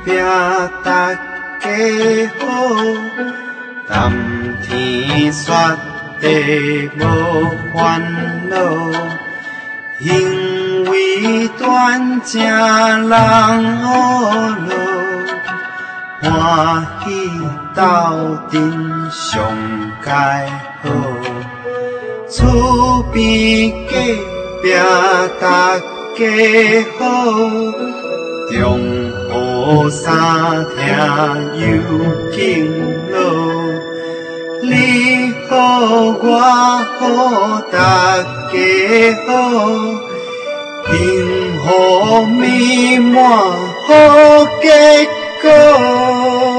壁大家好，谈天说地无烦恼，因为断正人好路。欢喜斗阵上佳好，厝边隔壁大家好，中好三听有敬老，你好我好大家好，幸福美满好结果。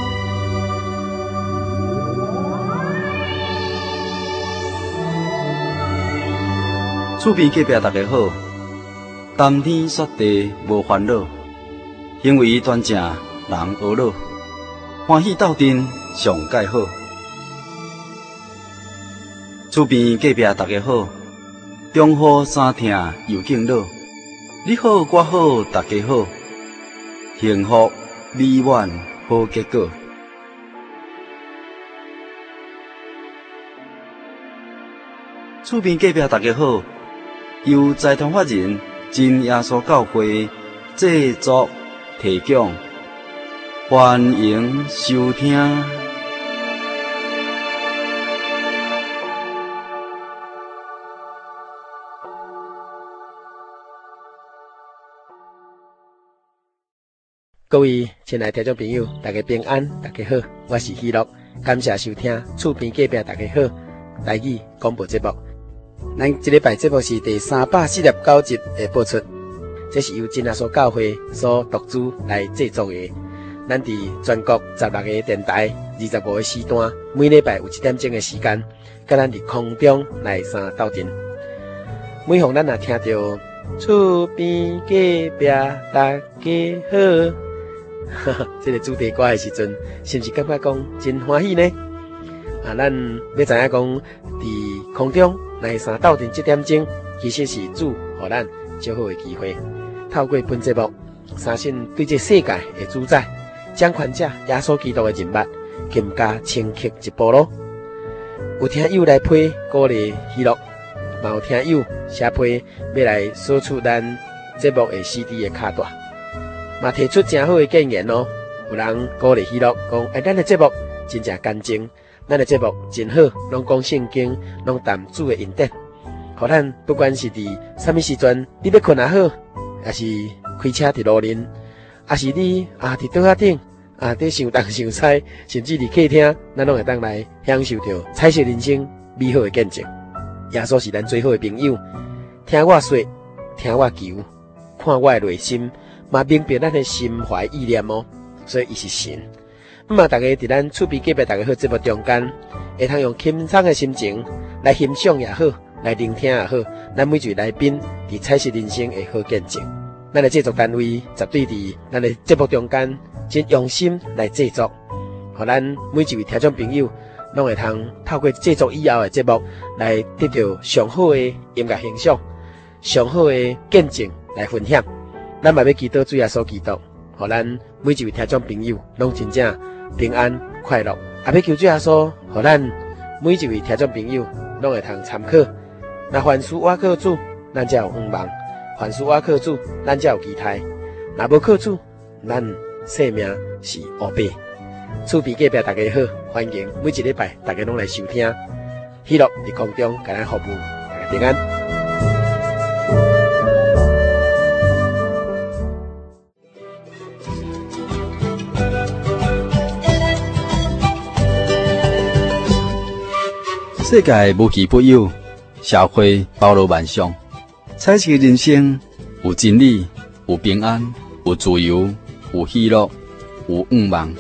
厝边隔壁大家好，谈天说地无烦恼，行为端正人和乐，欢喜斗阵上介好。厝边隔壁大家好，中好三听又敬老，你好我好大家好，幸福美满好结果。厝边隔壁大家好，由财团法人真耶稣教会制作提供，欢迎收听。 各位亲爱的听众朋友，大家平安，大家好，我是喜乐，感谢收听厝边隔壁大家好台语广播节目。咱这礼拜节目是第349集的播出，这是由真耶稣教会所独资来制作的。咱伫全国16个电台，25个时段，每礼拜有1点钟的时间，甲咱伫空中来相斗阵。每逢咱也听到厝边隔壁大家好，这个主题歌的时阵，是不是感觉讲真欢喜呢？咱要知影讲，伫空中来相斗阵这点钟，其实是主予咱最好的机会。透过本节目，相信对这世界的主宰、掌权者耶稣基督的人物，更加清晰一步咯。有听友来批鼓励喜乐，嘛有听友写批要来索取咱节目的 CD 的卡带，嘛提出真好的建言哦。有人鼓励喜乐讲，咱的节目真正干净。咱的节目真好，拢讲圣经，拢谈主的恩典，互咱不管是伫什么时阵，你要困也好，也是开车伫路面，也是你伫桌仔顶伫想东想西，甚至伫客厅，咱拢会当来享受到彩色人生美好的见证。耶稣是咱最好的朋友，听我说，听我求，看我的内心，嘛明白咱的心怀意念哦，所以伊是神。大家伫咱厝边隔壁大家好节目中间，会通用轻松的心情来欣赏也好，来聆听也好，咱每一位来宾伫彩色人生的好见证。咱的制作单位绝对伫咱的节目中间真用心来制作，互咱每一位听众朋友拢会通透过制作以后的节目来得到上好的音乐欣赏，上好的见证来分享。咱嘛要祈祷主耶稣基督，互咱每一位听众朋友拢真正平安快乐，也要求主耶稣，互咱每一位听众朋友拢会通参考。那凡事我靠主，咱才有盼望；凡事我靠主，咱才有期待。若无靠主，咱生命是乌白。厝边隔壁大家好，欢迎每一礼拜大家拢来收听，喜乐伫空中甲咱服务，大家平安。 世界无奇不有，社会包罗万象，彩色人生有真理，有平安，有自由，有喜乐，有愿望。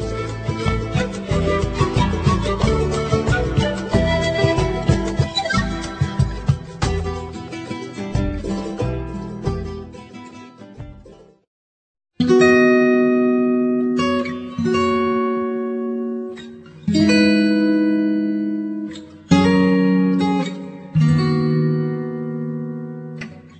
各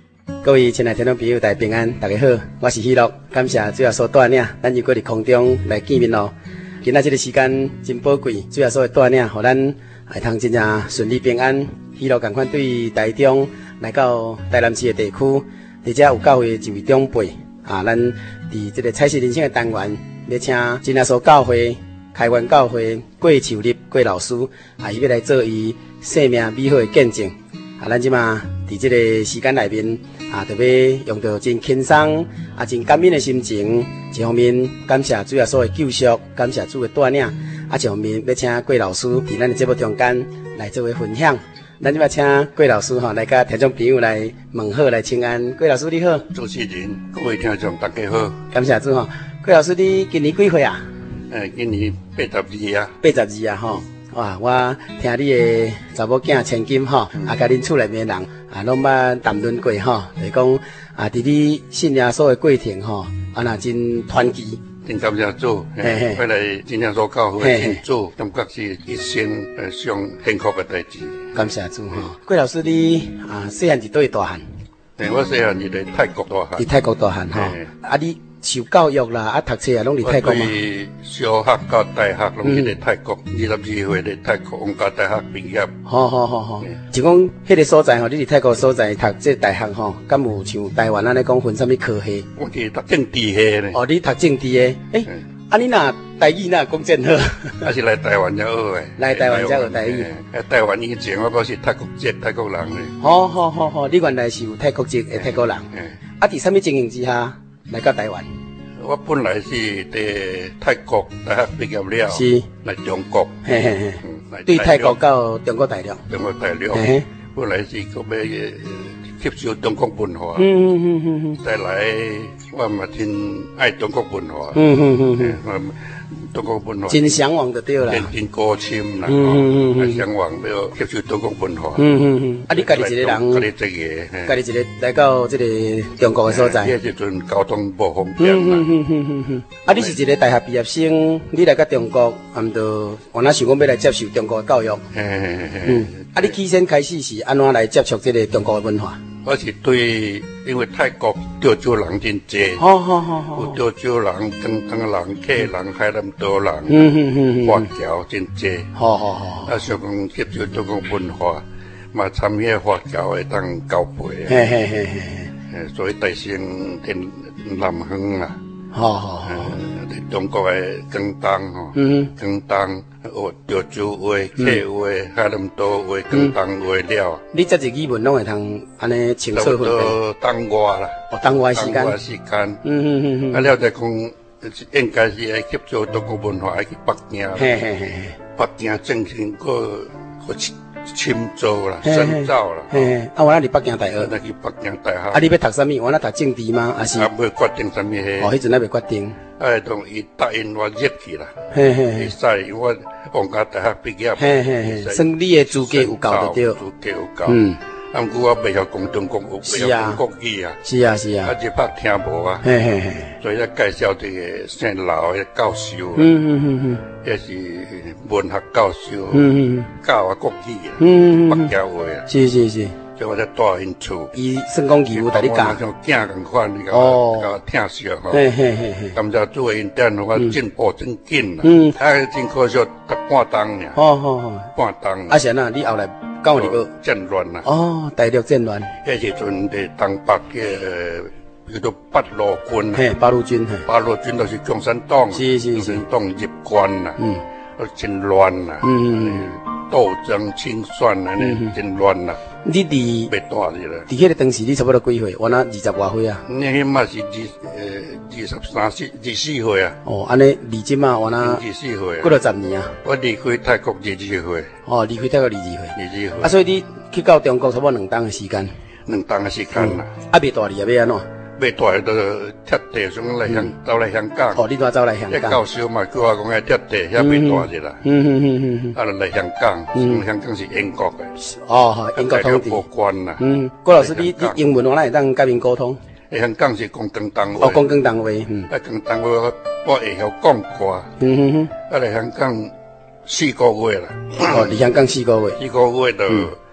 各位亲爱的听众朋友，大家平安，大家好，我是喜乐，感谢主耶稣带领，咱又搁伫空中来见面咯。今仔这个时间真宝贵，主耶稣的带领，互咱会通真正顺利平安。喜乐共款对台中来到台南市的地区，而且有教会一位长辈啊，咱伫这个彩色人生的单元，要请真耶稣教会、开源教会郭秀丽郭老师啊，伊要来做伊生命美好的见证啊，咱即马。伫这个时间内面啊，特别用到真轻松啊、真感恩的心情，一方面感谢主耶稣的救赎，感谢主的带领，啊，一方面要请郭老师伫咱的节目中间来做为分享。咱即摆请郭老师来甲听众朋友来问好，来请安。郭老师你好， 主持人，各位听众大家好， 感谢主郭老师你今年几岁啊？ 今年82啊 ，82啊吼。哇！我听你的查某囝千金啊，甲恁厝内面人啊，拢捌谈论过就是讲啊，伫你信耶稣的过程那真传奇。 真感谢主，回来真正所教会信主，感觉是一生上幸福的代志。 感谢主郭老师你啊，细汉伫倒位大汉？ 我细汉伫泰国大汉。伫泰国大汉啊你。受教育啦，读册啊，拢伫泰国嘛。 小学到大学拢伫泰国，22岁伫泰国皇家大学毕业。 好，就讲迄个所在你伫泰国所在读这大学敢有像台湾安尼讲分什么科系？ 我是读政治系呢。 你读政治的？你若台语若讲真好。 还是来台湾才学的。 来台湾才学台语。 台湾以前我都是泰国籍泰国人呢。 好，你原来是有泰国籍的泰国人。伫什么情形之下？来到台湾， 我本来是伫泰国大学毕业了， 是来中国， 对泰国到中国大陆， 本来是个要吸收中国文化，再来我嘛真爱中国文化，中国文化真向往就对啦， 真高深啦，向往要吸收中国文化。 你家己一个人，家己一个来到这个中国的所在。 迄时阵交通不方便啦。 你是一个大学毕业生，你来到中国，就原来想讲要来接受中国的教育。你起先开始是安怎来接触这个中国的文化？ 我是对，因为泰国潮州人真多，有潮州人、广东人、客人、海南岛人，华侨真多。想讲吸收中国文化，嘛参与华侨的当交配。所以大成在南方啦。在中国的广东广东潮州话、客话、海南岛话、广东话了。 你这一语文拢会通安尼清楚分辨？ 当外啦， 当外时间。 了再讲，应该是爱吸收中国文化，爱去北京。北京正经个深造啦，深造啦。 我那伫北京大学。 那去北京大学。 你要读什么？我那读政治吗？还是？ 未决定什么系。 迄阵还未决定。 当伊答应我入去啦。会使我皇家大学毕业。 算你的资格有够就对。 资格有够。毋过我未晓讲中国，未晓讲国语啊。 是啊。 一拍听无啊。所以咧介绍这个姓老的教授。也是文学教授。教啊国语啊。北京话啊。 是。 所以我才带因厝。 伊算讲义务，带你教。 像囝共款，你甲我听笑吼。感谢主的恩典，我进步真紧啦。真可惜，读半冬尔。半冬。 是安你后来到入学？ 战乱啦。 大陆战乱。 迄时阵伫东北叫做八路军。 八路军。 八路军就是共产党。 是。 共产党入关啦。真乱啦。斗争清算安尼真乱啦。 你伫袂大去啦。 伫迄个当时，你差不多几岁？我那20外岁啊。 你起码是23、24岁啊。 安尼离今嘛，我那 24岁。 过了10年啊。 我离开泰国22岁。 离开泰国22岁。 22岁。 所以你去到中国差不多2冬的时间。 2冬的时间啦。 未大你要安怎？ 未大就贴地，想来走来香港。 你怎走来香港？ 教授嘛叫我讲要贴地，遐未大去啦。就来香港，香港是英国的。 英国统治。 过关啦。 郭老师，你英文我哪会当甲因沟通？ 香港是讲广东话。 讲广东话。 广东话我会晓讲过。来香港4个月啦。 嚟香港4个月。 4个月就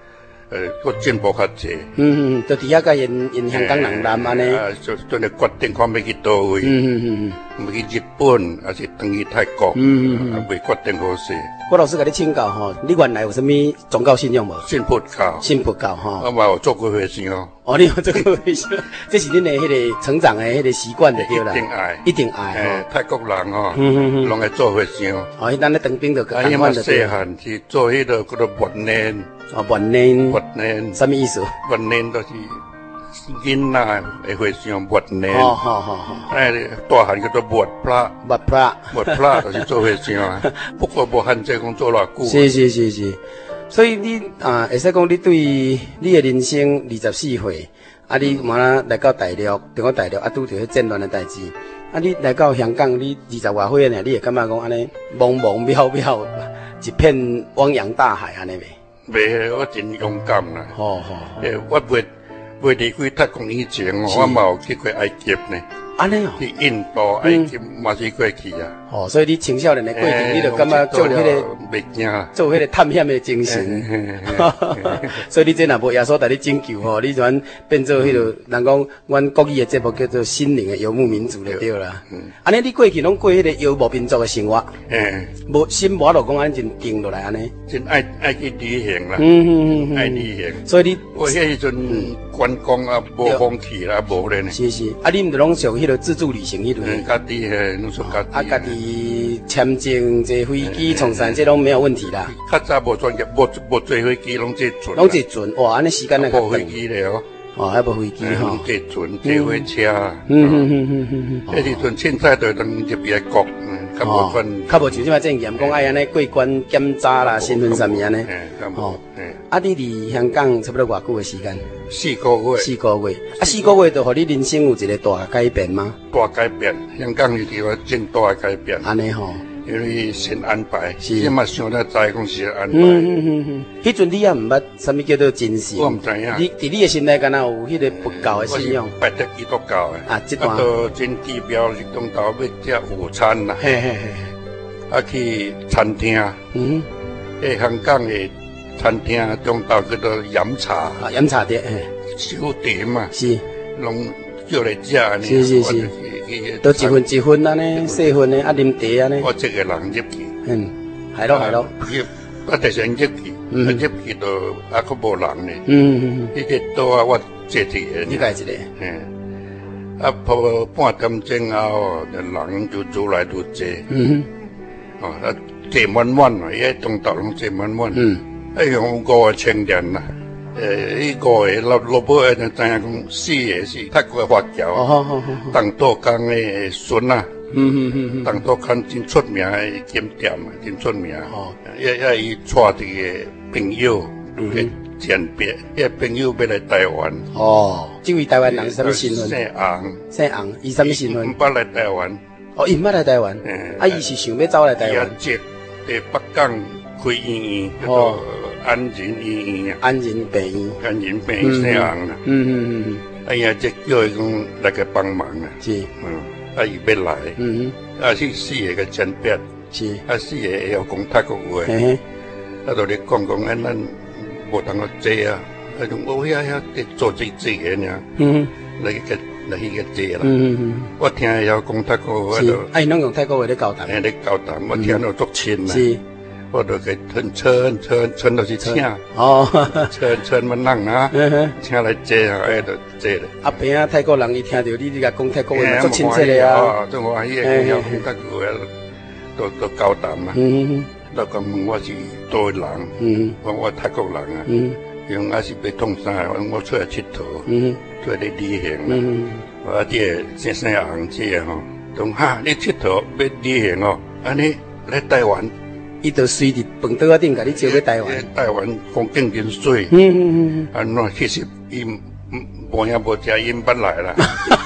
个进步较济。 就伫遐甲因香港人谈安尼。 就真诶决定看要去倒位。要去日本还是等去泰国。未决定好势。 郭老师甲你请教吼，你原来有啥物宗教信仰无？ 信佛教。 信佛教吼。 我嘛有做过和尚哦。 哦，你有做过和尚，这是恁的迄个成长的迄个习惯就对啦。一定爱。 泰国人哦，拢爱做和尚。 哦，咱咧当兵就啊，因为细汉是做迄个叫做文念。 哦，文念。 文念。 什么意思？ 文念就是囡仔的和尚文念。 好。 哎，大汉叫做末pra。 末pra 末pra就是做和尚啊。不过无限制讲做偌久。 是。所以你会使讲你对你的人生24岁，你嘛来到大陆，中国大陆拄着迄战乱的代志，你来到香港，你20外岁呢，你会感觉讲安尼茫茫渺渺，一片汪洋大海安尼袂？我真勇敢啦。 好。 我未离开泰国以前，我嘛有去过埃及呢。 安尼哦。 去印度、埃及嘛是过去啊。 所以你青少年的过程，你就感觉做迄个袂惊， 做迄个探险的精神。所以你这若无耶稣带你拯救吼，你就变做迄个人讲，阮国语的节目叫做心灵的游牧民族就对啦。安尼你过去拢过迄个游牧民族的生活，无心无就讲安真定落来安尼。 真爱去旅行啦，爱旅行。 所以你我迄阵观光啊，无放弃啦，无咧呢。 是，你毋着拢属迄个自助旅行迄类。 家己拢属家己。 家己签证、坐飞机、从山，这拢没有问题啦。 较早无专业，无坐飞机，拢坐船。 拢坐船，哇，安尼时间那个无飞机咧哦。 还无飞机吼。 坐船、坐火车。迄时阵凊彩就能入别国，较无专。 较无像即摆正严讲爱安尼过关检查啦、身份啥物安尼。你伫香港差不多偌久的时间？4个月。4个月就互你人生有一个大改变吗？ 大改变，香港是地方真大的改变。 安尼吼， 因为先安排，即嘛想了知讲是安排。 迄阵你也毋捌什么叫做真信？ 我毋知影。 你伫你的心内敢若有迄个佛教的信仰？ 拜得基督教的。 这段。 到真地标是中昼要食午餐啦。去餐厅。香港的。餐厅中昼叫做饮茶， 饮茶店， 小碟嘛， 是， 拢叫来食呢。 是，都一份安尼，细份的，啉茶安尼。 我一个人入去， 系咯。 我第先入去，入去就佫无人呢。迄个岛我坐一个， 你家一个。 跑半点钟后，人就愈来愈多。坐满满啊，伊迄中昼拢坐满满。用5个青年啦，迄5个落尾就知影讲4个是泰国华侨，东岛港的孙啊，东岛港真出名的景点啊，真出名。也伊带一个朋友去鉴别，迄个朋友要来台湾。 这位台湾人什么身份？姓洪，伊什么身份？ 毋捌来台湾。 伊毋捌来台湾。伊是想要走来台湾。 伫北港开医院，叫做安仁医院。 安仁病院。 姓洪啦。也即叫伊讲来个帮忙啊。 是。 伊要来。是4个鉴别。 是。 4个会晓讲泰国话。就咧讲咱无通个坐啊，我遐做这个呢。来去个坐啦。我听会晓讲泰国话。 因拢用泰国话咧交谈。 咧交谈，我听到足亲啦。是。我就给称就是请，称问人啊，请来坐啊，就坐咧。 边泰国人伊听到你甲讲泰国话，足亲切咧啊。 种我迄个讲泰国话，都交谈嘛。就讲问我是倒位人，我泰国人啊。因我是要创啥？我出来佚佗，出来旅行。我这先生洪姐吼，讲哈，你佚佗要旅行哦，安尼来台湾。 伊就随伫饭桌仔顶，甲你招去台湾。 台湾风景真水。安怎其实伊无影无食，伊毋捌来啦。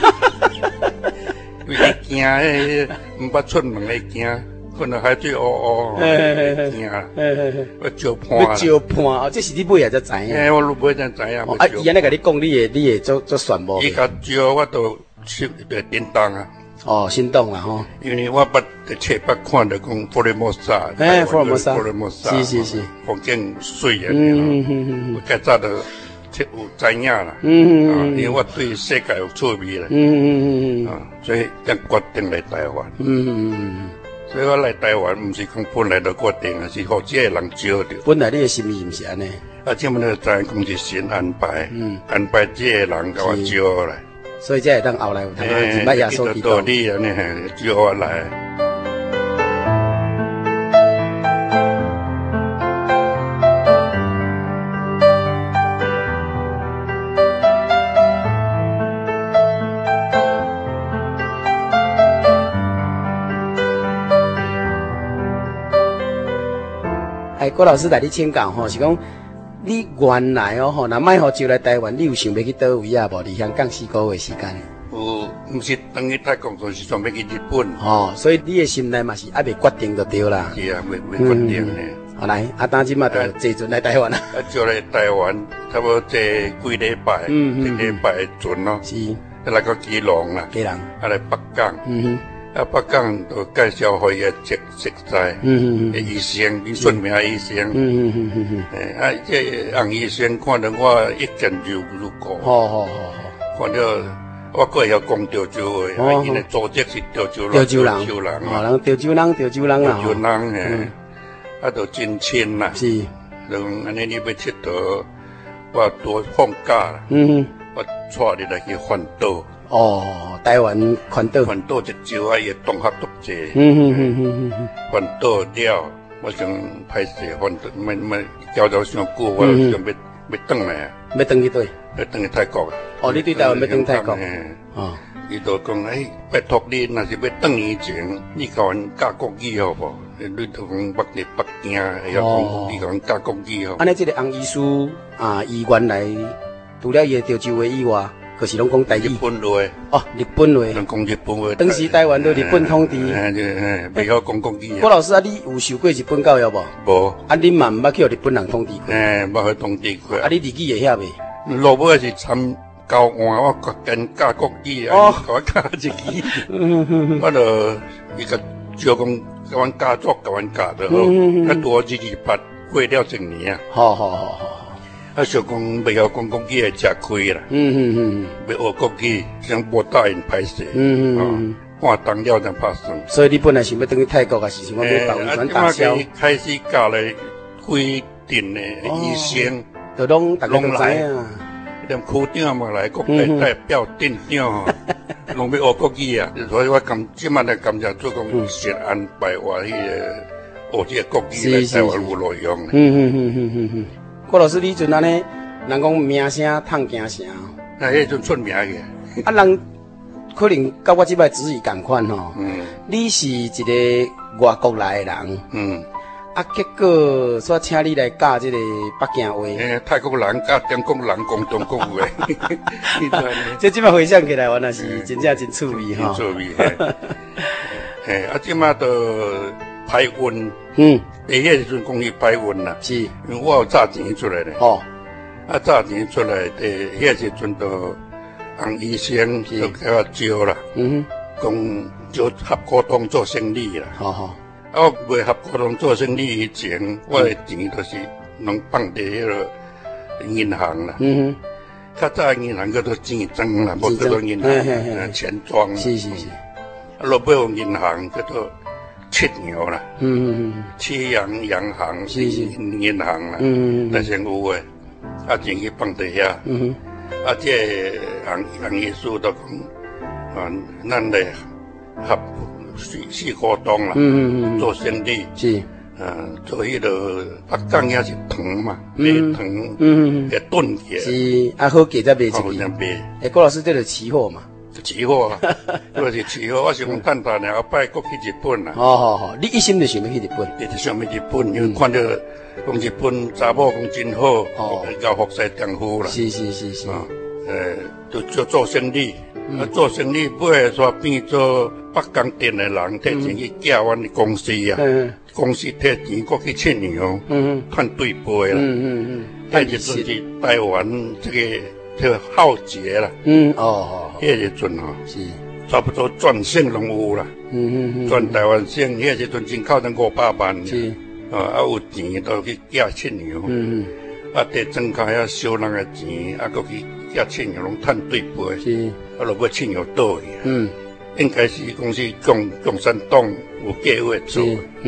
伊惊迄毋捌出门会惊，看到海水乌惊。我招伴。 招伴这是你尾仔才知影。 我尾才知影。 伊安尼甲你讲，你会做旋无？ 伊甲招我都去叮当啊。 哦，心动啦吼。 因为我捌在册捌看到讲福尔摩沙， 福尔摩沙，是， 风景水啊，我较早都有知影啦，因为我对世界有趣味啦，所以才决定来台湾，所以我来台湾，唔是讲本来就决定，是互这个人招着。 本来你的心意唔是安尼， 这么就知讲是神安排，安排这个人甲我招来。 所以才会当后来有通入捌耶稣基督。 道理安尼，招我来。 郭老师来你请教吼，是讲你原来吼，若莫互招来台湾，你有想要去倒位啊？无？离香港4个月时间。 有，毋是等于泰国，就是准备去日本。 所以你的心内嘛是还未决定就对啦。 是啊，未决定呢。 好来，当今嘛就坐船来台湾啦。 招来台湾，差不多坐几礼拜，一礼拜的船咯。 是。 来个基隆啦，来北港。北港就介绍互伊个熟悉，医生，出名医生，这洪医生看到我一见如故，看到我个会晓讲潮州话，因为组织是潮州人， 人潮州人， 就真亲啦， 是， 就安尼你要佚佗，我多放假啦，我带你来去环岛。 台湾环岛一招啊，伊同学都济。环岛了，我想歹势环岛，咪交上久，我想要转来。 要转去对？ 要转去泰国啊。 你对台湾要转泰国？ 伊就讲，拜托你，若是要转以前，你甲阮教国语好无？你就讲捌伫北京，会晓讲，你甲阮教国语好。 安尼，这个洪医师伊原来除了伊潮州话以外。就是拢讲台语， 日本话日本话， 讲日本话。 当时台湾都日本统治， 袂晓讲国语。 郭老师你有受过日本教育无？ 无。 恁嘛毋捌去互日本人统治过？ 捌去统治过。 你日语会晓未？ 落尾是参交换，我跟教国语啊，甲我教日语。我就伊个招讲，甲阮教作，甲阮教就好。多228过了1年啊。 好。 想讲袂晓讲国语会吃亏啦。要学国语，想无答应歹势。看重了才拍算。 所以你本来想要等去泰国，还是想要到渔船打消？ 开始教咧规定的医生， 就拢大家都知啊。 连区长嘛来，国家代表镇长，拢要学国语啊。所以我即摆来感谢做讲先安排我迄个学这个国语来台湾有路用。 郭老师，你阵安尼，人讲名声烫惊声， 迄阵出名个。 人可能甲我即摆旨意共款吼。你是一个外国来的人。结果煞请你来教这个北京话。 泰国人教中国人讲中国话。 这即摆回想起来，原来是真正真趣味吼。趣味。即摆都排运。迄时阵讲伊排运啦， 是， 因为我有炸钱出来咧。炸钱出来，迄时阵都洪医生就叫我招啦。讲招合股东做生意啦。我未合股东做生意以前，我的钱都是拢放伫迄个银行啦。较早银行叫做钱庄啦，无叫做银行钱庄。 是。 落尾有银行叫做七洋啦，七洋洋行是银行啦，那先有诶，钱去放伫遐，这洪医师都讲，咱来合四股东啦，做生意， 是， 做迄个北港也是糖嘛，卖糖，给炖起， 是，好价才卖出去，郭老师这个期货嘛。 期货啊，我是期货，我是讲趁趁呢，后摆搁去日本啦。 好，你一心就想要去日本？ 你就想要日本，因为看到讲日本查某讲真好，交服侍丈夫啦。 是。 就做生意，做生意尾煞变做北港店的人，摕钱去寄阮的公司啊，公司摕钱搁去七洋，赚对杯啦。迄日阵是台湾这个。叫浩劫啦， 迄时阵吼， 是差不多全省拢有啦。全台湾省，迄时阵人口才500万。是。有钱都去寄亲友。地庄卡遐烧人的钱，搁去寄亲友拢趁对赔。是。就要亲友倒去。应该是讲是共产党有计划做。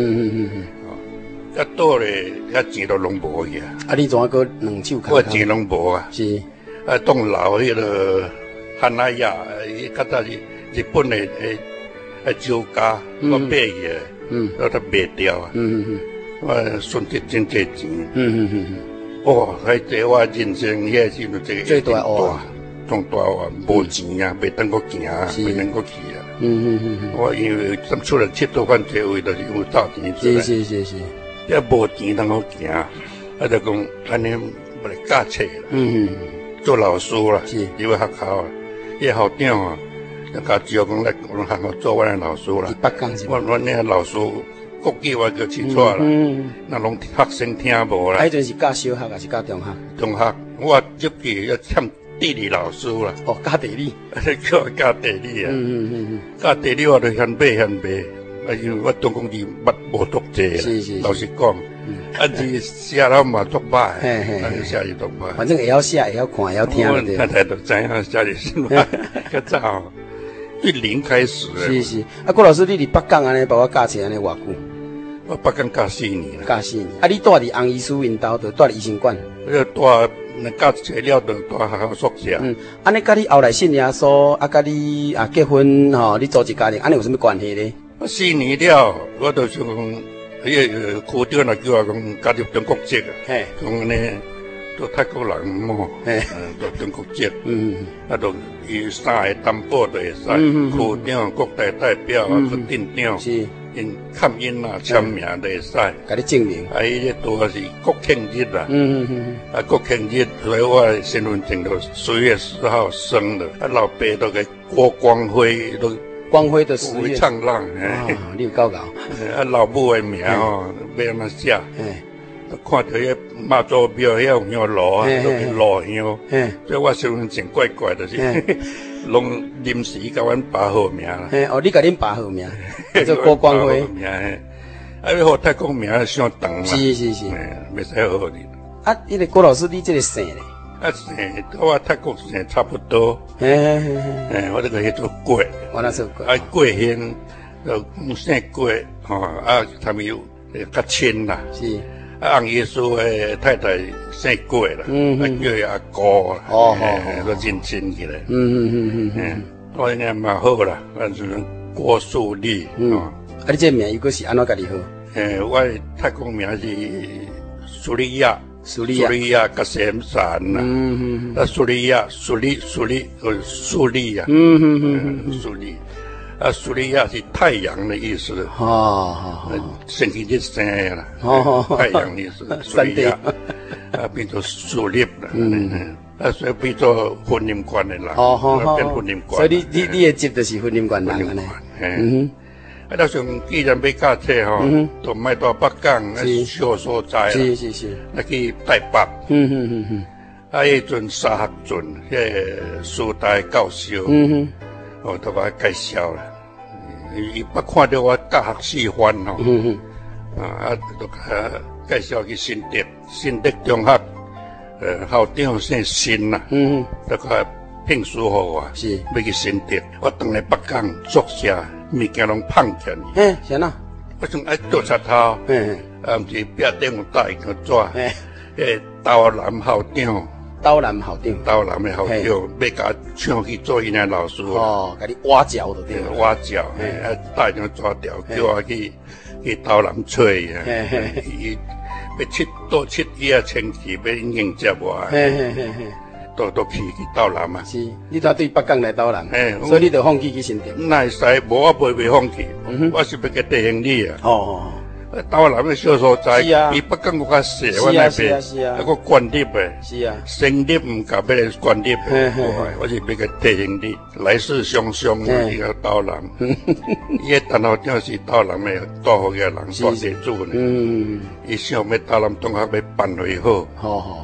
倒咧，遐钱都拢无去啊。你怎啊搁两手我钱拢无啊。是。当老迄个汉拉亚，较早是日本的酒家，我买去，我都卖掉啊。我损失真侪钱。哦，迄我人生遐时阵最大重大话，无钱啊，袂当搁行啊，袂当搁去啊。我因为出来佚佗款侪位，就是因为斗钱出来。是。遐无钱通好行，就讲安尼要来教册啦。做老师啦，入学校啊，迄校长啊，就甲招讲来我们学校做我的老师啦。我那老师国语我叫起错啦，那拢学生听无啦。 迄阵是教小学还是教中学？ 中学，我入去要欠地理老师啦。 哦，教地理， 叫我教地理啊。教地理我就嫌买。因为我中公字无读册啦，老实讲。字写了嘛足歹，写是足歹。 反正会晓写，会晓看，会晓听。 我太太都知影写的是嘛，较早对零开始。 是。郭老师，你伫北港安尼，把我教册安尼偌久？ 我北港教4年啦。 教4年。你住伫洪医师因兜，就住伫医生馆。 住教册了，就住学校宿舍。 安尼甲你后来信耶稣，甲你结婚吼，你组一家庭，安尼有啥物关系呢 ？4年了，我就想讲。迄个区长来叫我讲加入中国籍啊，讲安尼做泰国人么，做中国籍，就伊3个担保就会使，区长、国大代表个镇长，因签印啊签名就会使， 甲你证明。 伊迄多是国庆日啦，国庆日，所以我身份证就10月10号生的，老爸都给郭光辉都。 光辉的10月唱浪， 你有够搞。 老母的名哦，要安怎写？看到迄妈祖庙遐有香炉，都是路香。所以我身份证怪怪的是，拢临时甲阮爸号名啦。 你甲恁爸号名，叫郭光辉。 要互太公名伤长嘛。 是， 袂使好你。 迄个郭老师，你这个姓咧？ 姓我泰国姓差不多。我这个叫做郭。 我那做郭。 郭姓就姓郭，他们有较亲啦。是。洪耶稣的太太姓郭啦，叫伊阿哥啦。都认亲起来。我应该蛮好啦，反正郭树立。 你这名又个是安怎家己好？ 我泰国名是苏利亚。苏利亚甲仙山呐，苏利亚，苏利呀，苏利，苏利亚是太阳的意思。星期日生的啦，太阳的意思。苏利亚，变做苏利啦，所以变做婚姻观的人，变婚姻观。 所以你的籍就是婚姻观人安尼。 那像既然要教册吼，就莫到北港那小所在啦， 是， 那去台北，迄阵沙学圳，迄师大教授，都甲我介绍啦。伊捌看到我教学示范吼，就甲介绍去新德中学，校长姓辛啦，就甲聘书互我，是要去新德，我当来北港宿舍。物件拢放起来， 是哪？ 我想爱倒插头，毋是壁顶有带个纸，刀南校长， 刀南的校长，要甲抢去做伊那老师， 甲你挖角就对， 挖角，带张纸条，叫我去刀南找伊，伊要七伊啊，前期要迎接我。都去斗南嘛， 是，你才对北港来斗南，所以你就放弃去新店。 那会使，无我袂放弃，我是要去地行李啊。斗南的小所在，比北港更较小，我那边，还个管理的，是啊，生理唔够要来管理的，我是要去地行李，来势汹汹一个斗南，伊个陈校长是斗南的大好个人，大地主呢，伊想要斗南中学要办会好。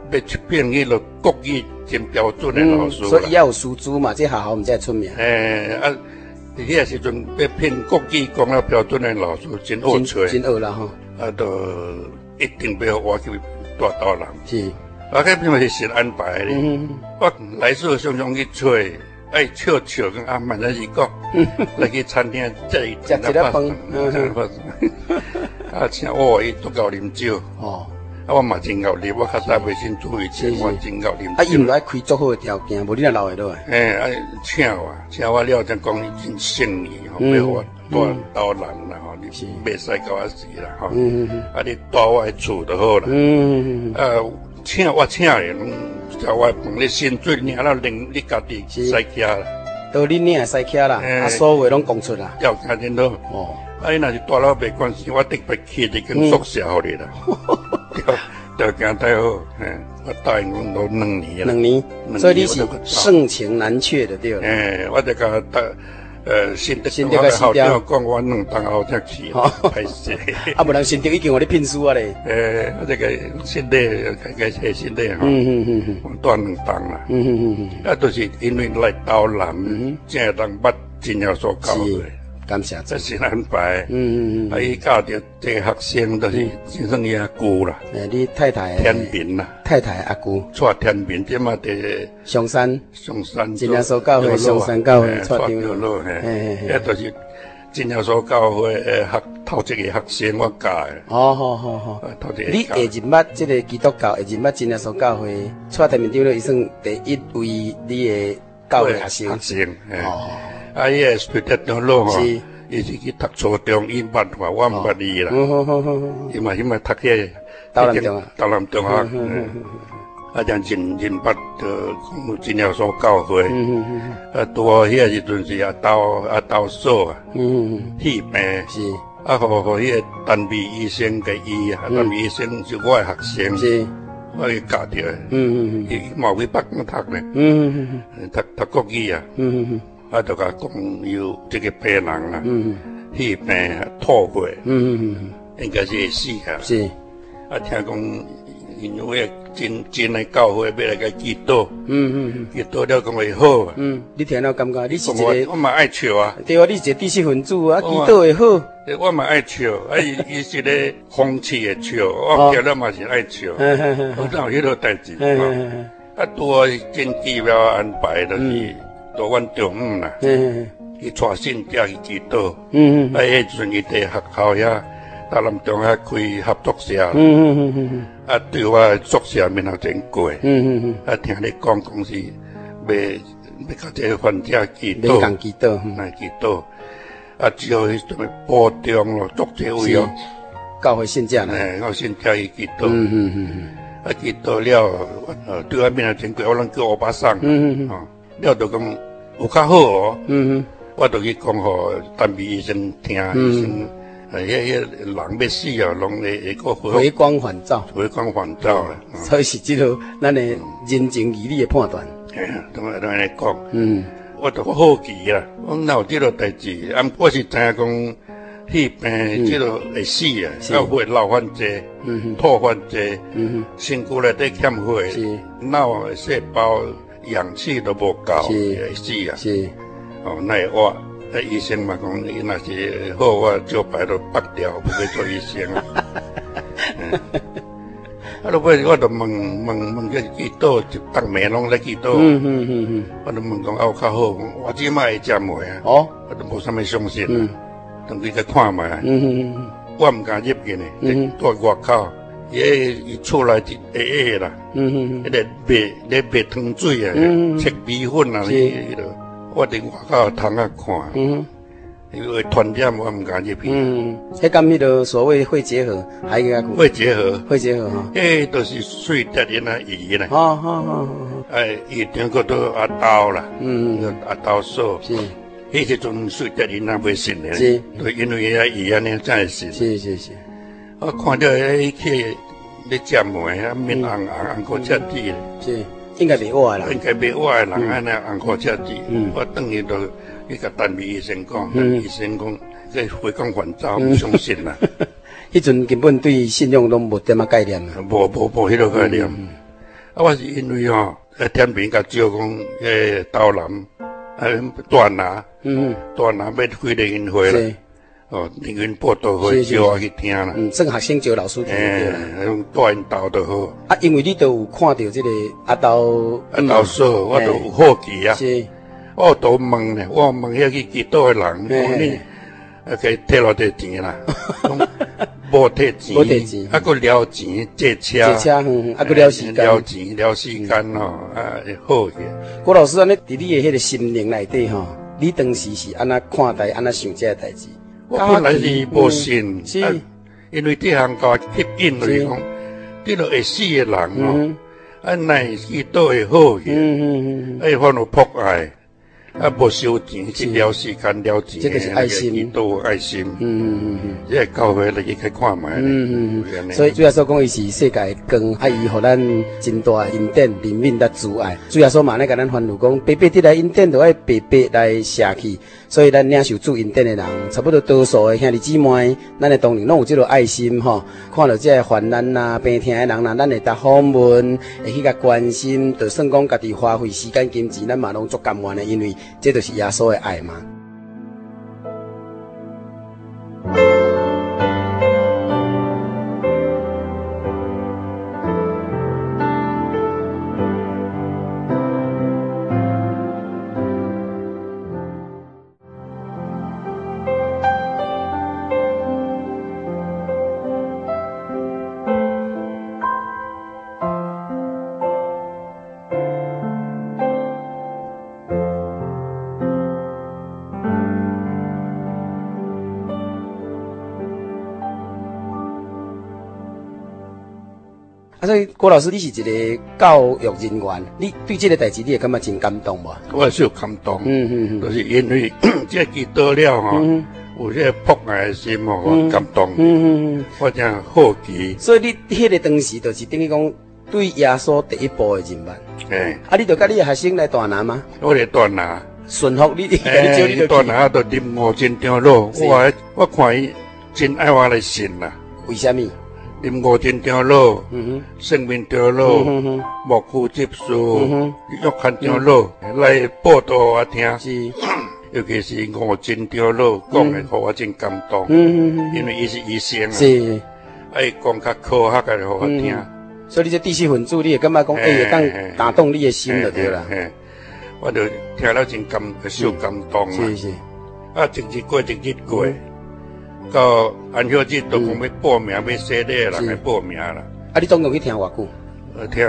要去变迄个国语真标准的老师， 所以要有师资嘛，这学校唔才会出名。 迄个时阵要骗国语讲了标准的老师真好找， 真好啦吼。 都一定不要我去大刀人。 是， 这并不是神安排的。我来时常常去找，爱笑跟阿曼那是讲，来去餐厅食一饭，请我伊足够啉酒。哦。我嘛真够啉，我较早袂先注意钱，我真够啉。 伊毋来开足好的条件，无你若留会落来。 请我了才讲伊真诚意，吼，要我带到人啦，吼，你袂使搞我死啦，吼。你带我的厝就好啦。请人，叫我饭你先做，你了另你家己使起啦。 都你领使起啦，所有拢讲出啦。 要看见到。哦。你若是带了袂关系，我特别去一间宿舍互你啦。条件太好，我答应讲都2年了。2 年，所以你是盛情难却的对了。 我就甲新德个校长讲，我2当后才去，歹势。 不然新德已经互你聘书啊咧。 我这个新德个新德吼，我带2当啦。都是因为来到南，才会当捌真正所教的。 感谢， 这是安排。伊教着这个学生都是先生伊阿姑啦。 你太太天平啦， 太太阿姑带天平，即嘛伫上山，真耶稣教会上山教会带长老， 迄都是真耶稣教会头一个学生我教的。 好。你会入捌这个基督教，会入捌真耶稣教会，带天平长老，伊算第一位你的教会学生。 伊个是得长老吼，伊是去读初中，伊捌我，我毋捌伊啦。伊嘛读起斗南中学，真捌着真耶稣教会。拄迄个时阵是阿斗嫂肺病，是互迄个单位医生给医啊，单位医生是我的学生，是我去教着。伊嘛有去北京读咧，读国语啊。就甲讲有这个病人啦，肺病、吐血，应该是会死啊。是，听讲因为真的教会要来甲祈祷，祈祷了讲会好啊。 你听了感觉你是一个， 我嘛爱笑啊。 对啊，你是一个知识分子啊，祈祷会好。 我嘛爱笑，伊是咧风趣的笑，我听了嘛是爱笑，我哪有迄落代志拄真奇妙安排就是。到阮中午啦，去带信者去祈祷。迄阵伊伫学校遐，大南中遐开合作社。对我宿舍面头真过。听你讲是要甲这个患者祈祷， 祈祷， 祈祷。只好迄阵保重咯，足这位哦。 教会信者啦， 我信者去祈祷。祈祷了，对我面头真过，我拢叫欧巴桑。了就讲。有较好哦，我就去讲互单位医生听，医生迄人要死啊，拢会个回光返照啦。 所以是即落咱的人情义理的判断。 当然来讲，我就好奇啦，我哪有即落代志？我是知影讲肺病即落会死啊，要会老患者，吐患者，身躯内底欠血，脑的细胞。氧气都无够，会死啊！是，那会活。医生嘛讲，伊若是好，我招牌都拔掉，不要做医生啊。落尾我就问个祈祷，就逐暝拢咧祈祷。我就问讲有较好，我即摆会占袂啊。我都无啥物相信啊。等佢去看卖。我毋敢入去呢，在外口。伊厝内一下啦，迄个卖汤水啊，切米粉啊，我伫外口窗仔看，因为团点我毋敢入去。 迄敢迄个所谓会结合，还个会结合哈， 迄都是水德人啊鱼啦。伊点个都阿斗啦，阿斗嫂，是，迄时阵水德人啊袂信咧，是，都因为遐鱼安尼才会信。是。我看到迄去咧占糜，面红红赤紫咧， 是应该袂活啦， 应该袂活的人安尼红赤紫。我等于就去甲单位医生讲，医生讲这回光返照，唔相信啦。 迄阵根本对信仰拢无点仔概念啊， 无迄个概念。 我是因为吼，天平甲招讲，刀南，大拿，大拿要开联谊会啦。联谊报道会招我去听啦。 算学生招老师听对啦。 用大因豆就好。 啊，因为你都有看到这个阿豆嫂，我都有好奇啊。是。我都问咧，我问遐去祈祷的人，你给摕偌济钱啦？无摕钱，啊，佮了钱借车，啊， 佮了时间， 了时间吼，会好些。 郭老师，安尼伫你的迄个心灵内底吼，你当时是安那看待、安那想这个代志？ 我本来是无信，因为这项甲我吸引就是讲，这个会死的人吼，啊，乃祈祷会好些，哎，反而迫害。啊，无收钱去了时间了钱， 这个是爱心， 都有爱心。这个教会你去看卖。 所以主要说讲，伊是世界光，啊，伊互咱真大恩典、怜悯甲慈爱。主要说嘛，咧甲咱吩咐讲，白白得来恩典，就爱白白来舍去。所以咱领受主恩典的人，差不多多数的兄弟姊妹，咱的当然拢有这个爱心吼。看到这个患难啊、病痛的人啦，咱会搭访问，会去甲关心，就算讲家己花费时间金钱，咱嘛拢足甘愿的，因为这就是耶稣的爱嘛。所以郭老师，你是一个教育人员，你对这个代志，你会感觉真感动无？ 我是有感动，就是因为这祈祷了吼，有这迫爱的心吼，我感动，我真好奇。 所以你迄个当时，就是等于讲对耶稣第一步的人物。啊，你就甲你的学生来大拿吗？ 我来大拿， 顺服你， 你大拿都啉5斤条肉，我看伊真爱我来信啦。 为什么？ 啉5斤条肉，生命条肉，莫苦接受，约翰条肉来报道我听。是，尤其是5斤条肉讲的，互我真感动。因为伊是医生啊，是，爱讲较科学的，互我听。 所以你这知识分子，你会感觉讲，会当打动你的心就对啦。 我就听了真受感动啊。是是。啊，一日过一日过。到安孝节都讲要报名，要洗礼人来报名啦。 啊，你总共去听偌久？ 听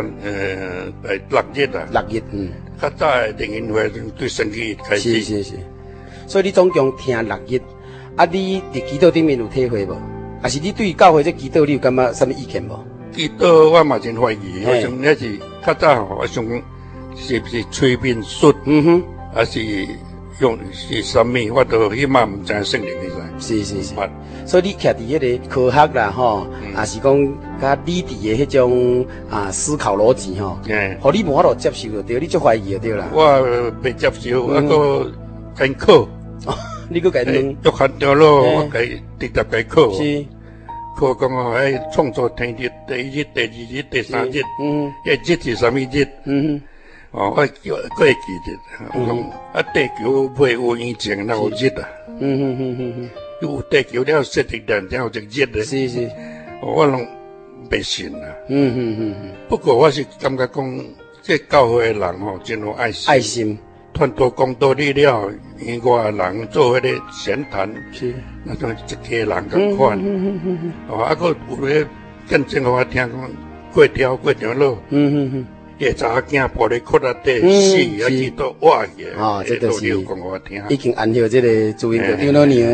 6日啊。 6日， 较早的联谊会对升旗开始。 是。所以你总共听6日，啊，你伫祈祷顶面有体会无？还是你对教会这祈祷你有感觉什么意见无？ 祈祷我嘛真怀疑，我想那是较早我想是不是催眠术？还是用是什么？我都迄嘛唔知圣灵的是。所以你徛伫迄个科学啦吼，也是讲甲理智的迄种思考逻辑吼，互你无法度接受就对，你就怀疑就对啦。 我袂接受，我个跟考， 你个跟约翰条路，我直接跟考。是。考讲哦，创作天日第1日、第2日、第3日，日是什么日？我会记得，地球袂有以前那有日啊。有地球了设定量，才有一日的。是。我拢袂信啦。不过我是感觉讲，这教会的人吼，真有爱心。爱心。传道讲道理了，因外人做迄个闲谈，是那种一家人共款。啊，佮有咧见证互我听讲，过条路。个查囝抱咧裤仔底死，啊，去到活去。 这都是讲互我听。 已经按照这个主因就张老娘。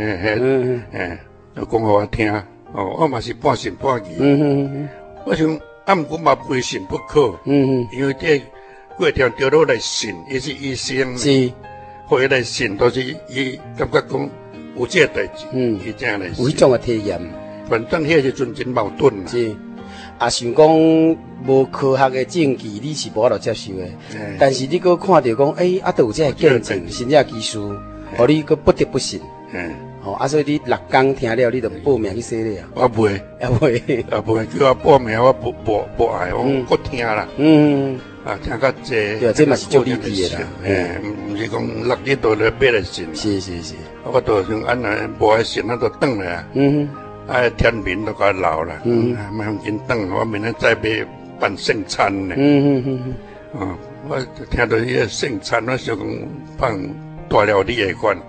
就讲互我听。我嘛是半信半疑。我想，毋过嘛非信不可。因为这过条路来信，伊是医生。是。互伊来信，都是伊感觉讲有这代志。伊这样来信。 有迄种的体验。 反正迄时阵真矛盾啦。是。 啊，想讲无科学的证据，你是无法度接受的。但是你搁看到讲，都有这个见证，新的技术，互你搁不得不信。 哦，所以你6天听了，你就报名去洗礼啊？ 我袂，叫我报名，我不爱，我听啦。听较济。 对，这嘛是照你记的啦。 唔是讲6日都来买来信。 是。 我都像安尼无爱信，我都转来啊。天明都快老了。莫向紧转，我明天再买办圣餐呢。我听到迄个圣餐，我想讲放大了你会款。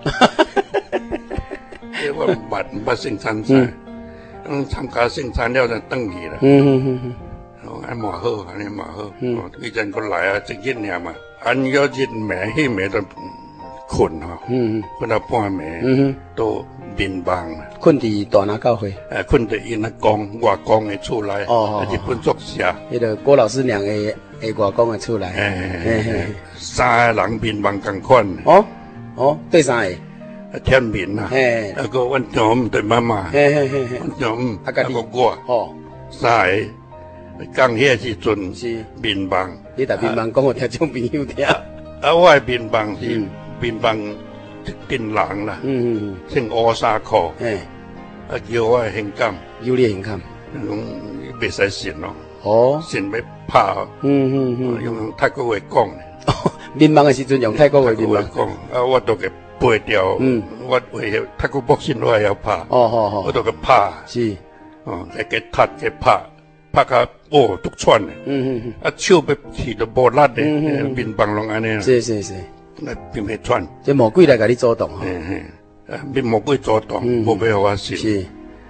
我唔捌圣餐噻，参加圣餐了才转去啦。安嘛好，安尼嘛好。以前过来啊，一日尔嘛，按要日暝，迄暝都困吼。困到半暝，都迷茫啦。 困伫大南教会。 困伫因那公外公的厝内。日本作社。 迄个郭老师娘的外公的厝内。 三个人迷茫共款。 对三个。 天明啊，个阮丈夫对妈妈，阮丈夫个我，三个讲迄时阵是迷茫， 你逐迷茫讲互听众朋友听。 我的迷茫是迷茫一阵人啦，穿乌衫裤，叫我的情感， 有你的情感， 袂使信咯，信要拍，用泰国话讲， 迷茫的时阵用泰国话迷茫讲，我都给。背掉，我为泰国博信我也要拍，我都去拍， 是， 来给踢给拍到都喘的，手要去都无力的，面帮拢安尼啦， 是， 那并袂喘， 这魔鬼来甲你阻挡， 魔鬼阻挡，无要互我信， 是，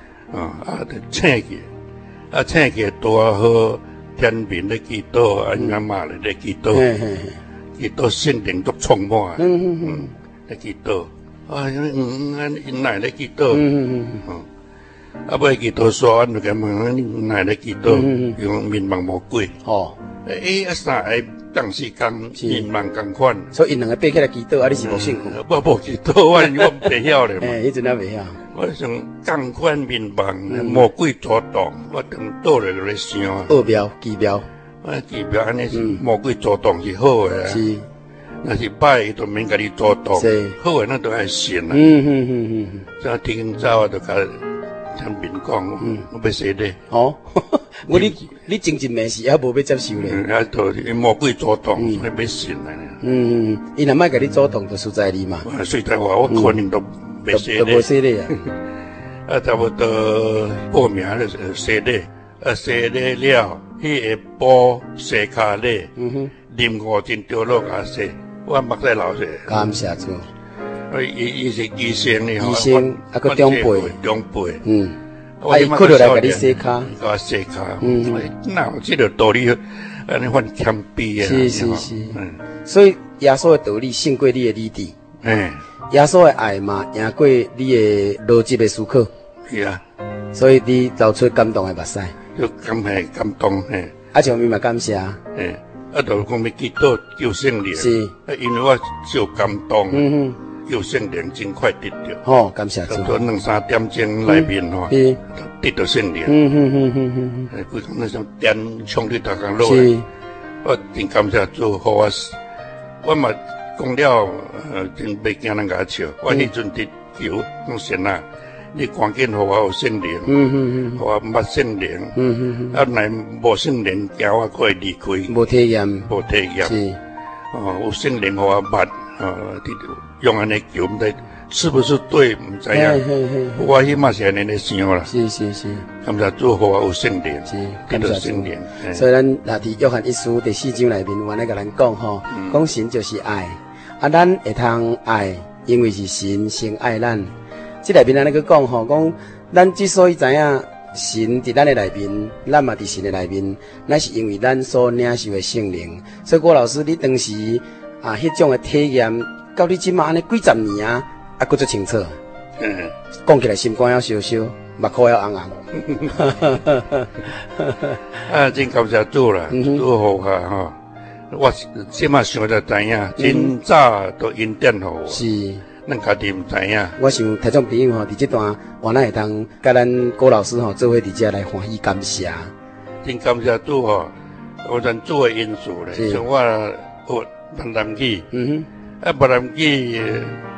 请去多好，天明咧祈祷，阿妈咧祈祷，祈祷圣灵都充满，来祈祷，因奶来祈祷，尾祈禱說，阮就咁問，因奶來祈禱，用面盲魔鬼。三個當時講面盲共款， 所以因兩個爬起來祈禱，你是無信仰？ 我無祈禱，我袂曉咧嘛。 迄陣還袂曉。 我想共款面盲魔鬼阻擋，我等倒來就來想。 惡標、奇標， 我奇標安尼魔鬼阻擋是好誒。是。那是歹，就免甲你阻擋；好誒，咱都愛信啦。像聽早我就甲天明講，我要洗禮。 我你精神面是還無要接受咧。 都魔鬼阻擋，所以要信啦。 伊若莫甲你阻擋，就實在你嘛。 實在話，我可能都袂洗禮。 都無洗禮啊。 差不多報名咧洗禮，洗禮了，迄個補洗骹禮，啉5斤掉落甲洗。我目屎流出， 感謝主。 伊是醫生哩， 醫生啊個長輩， 伊困落來甲你洗骹， 甲我洗骹，哪有這個道理？安尼犯謙卑啊！ 是，所以耶穌的道理勝過你的理智，耶穌的愛嘛贏過你的邏輯的思考， 是啊， 所以你流出感動的目屎， 就感動， 上面嘛感謝。 就講要祈禱求聖靈，是，因為我受感動，求聖靈真快得到。 感謝主。 到2-3點鐘內面得到聖靈。佢講那種電衝你大家落來，我真感謝主，互我嘛講了，真袂驚人家笑。我迄陣佇求講神啊，你趕緊互我有聖靈，互我捌聖靈，乃無聖靈，驚我可以離開， 無體驗， 是，有聖靈互我捌，用安尼求，毋知是不是對，毋知影，我迄嘛是安尼咧想啦， 是， 感謝主互我有聖靈， 是， 感謝聖靈。 所以咱若佇約翰一書第4章內面，原來甲咱講吼，講神就是愛，咱會通愛，因為是神先愛咱。即內面安尼去講吼，講咱之所以知影神佇咱的內面，咱嘛佇神的內面，乃是因為咱所領受的聖靈。所以郭老師，你當時迄種的體驗，到你即馬安尼幾十年啊，還足清楚。講起來心肝要燒燒，目眶要紅紅。 真感謝主啦，主好啊吼！我即馬想就知影，真早都恩典互我。是。咱家己毋知影。 我想聽眾朋友吼，佇這段我咱會當甲咱郭老師吼做伙佇遮來歡喜感謝。 真感謝主吼，有咱主的因素咧。像我學閩南語，閩南語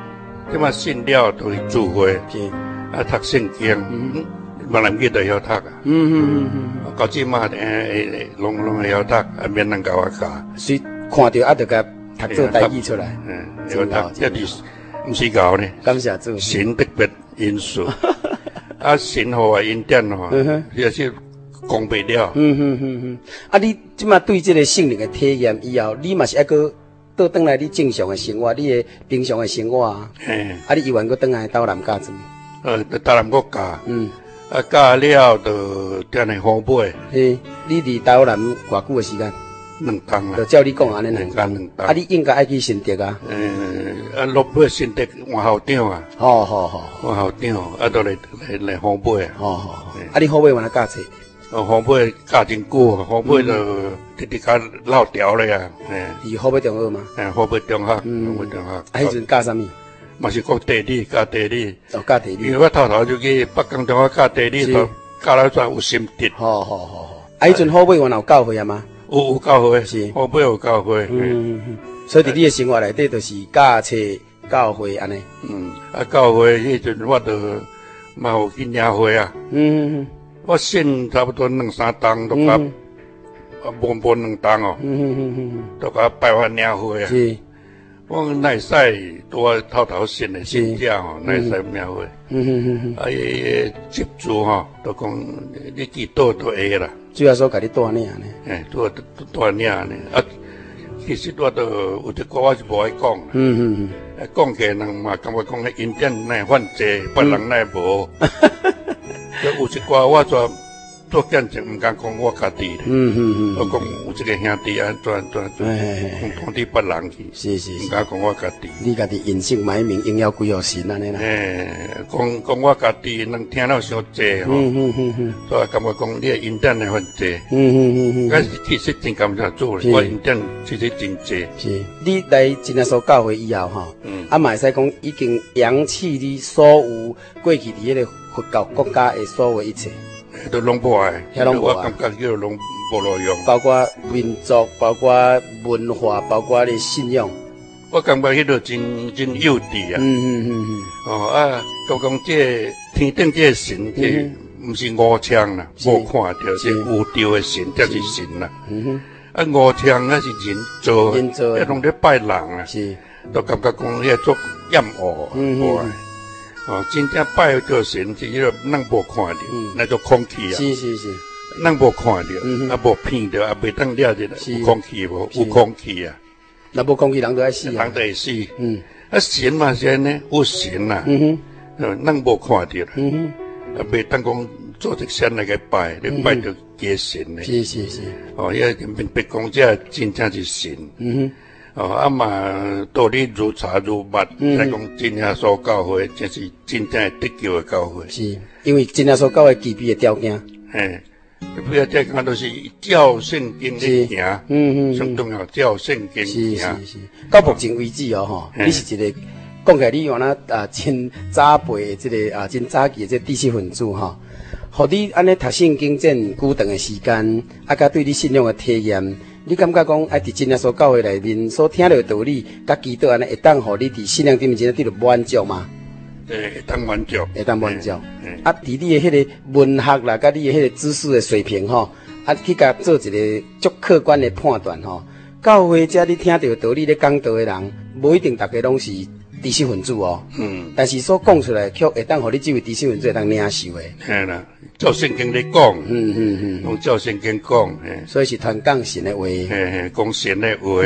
即马信了都去聚会， 是读圣经，闽南语都晓读啊。到即马拢会晓读，免人教我教。 所看到就甲读做台语出来。 晓读，这是毋是教呢？ 感谢主， 神特别因素。神互我恩典吼，也是讲不了。 你即马对这个圣灵的体验以后，你嘛是还阁倒转来你正常的生活，你的平常的生活啊。你依然阁转来斗南教做？ 斗南国教。教了就踮来湖北。 你伫斗南偌久的时间 ？2天就照你讲安尼2天。 2天。 你应该爱去新竹啊。 落尾新竹换校长啊。换校长，都来湖北啊。 你湖北原来教册？ 湖北教真久，湖北就直直教老调了呀。 伫湖北中学吗？ 湖北中学，湖北中学。 迄阵教啥物？ 嘛是讲地理，教地理。 教地理。 因为我头就去北江中学教地理，教了算有心得。 迄阵湖北原来有教会啊吗？ 有教会， 是湖北有教会。 所以伫你的生活内底，就是教册、教会安尼。 教会迄阵我就嘛有去领会啊。我信差不多2、3档，都甲无2档哦。都甲拜访领会啊。是。我哪会使多头信的信者吼，哪会使领会？伊接触吼，都讲你祈祷都会啦。 主要说甲你带领呢。 都带领呢。其实我都有一个我是无爱讲。讲起人嘛，感觉讲迄恩典乃犯罪，别人乃无。有一寡我做见证，毋敢讲我家己咧。我讲有一个兄弟安怎，讲伫别人去。是，毋敢讲我家己。 你家己隐姓埋名，应要归于神安尼啦。 讲我家己，人听了伤济吼。所以感觉讲你恩典乃犯罪。其实真感谢主，我恩典其实真济。是， 你来真耶稣教会以后吼，嘛会使讲已经扬弃你所有过去伫迄个佛教国家的所有一切。 都拢无爱，我感觉叫拢无路用。 包括民族，包括文化，包括你信仰。 我感觉迄个真幼稚啊。都讲这天顶这神，这毋是五枪啦，无看到是有着的神，才是神啦。五枪那是人做，迄拢咧拜人啊。是，都感觉讲迄做厌恶。真正拜着神是迄个人无看到，那做空气啊。是，人无看到，无闻到，袂当了解有空气无？有空气啊。 那无空气，人都爱死啊。 人都会死。神嘛是安尼，有神啊。人无看到，袂当讲做一神来个拜，你拜着假神呢。是。迄明白讲这真正是神。嘛道理如茶如蜜，来讲真耶稣教会，真是真正得救的教会。 是，因为真耶稣教会具备的条件。 不要再讲都是照圣经咧行，上重要照圣经行。 是。到目前为止吼，你是一个讲起来，你原来真早辈这个真早期的这知识分子吼，互你安尼读圣经这久长的时间，甲对你信仰的体验。你感觉讲爱伫真耶稣教会内面所听到的道理，甲基督安尼会当互你伫信仰顶面真得到满足吗？ 会当满足。 伫你的迄个文学啦，甲你的迄个知识的水平吼，去甲做一个足客观的判断吼。教会遮你听到道理咧讲道的人，无一定大家拢是知识分子哦。但是所讲出来，却会当互你这位知识分子会当领受的。 嘿啦。照圣经咧讲，用照圣经讲， 所以是传讲神的话， 讲神的话，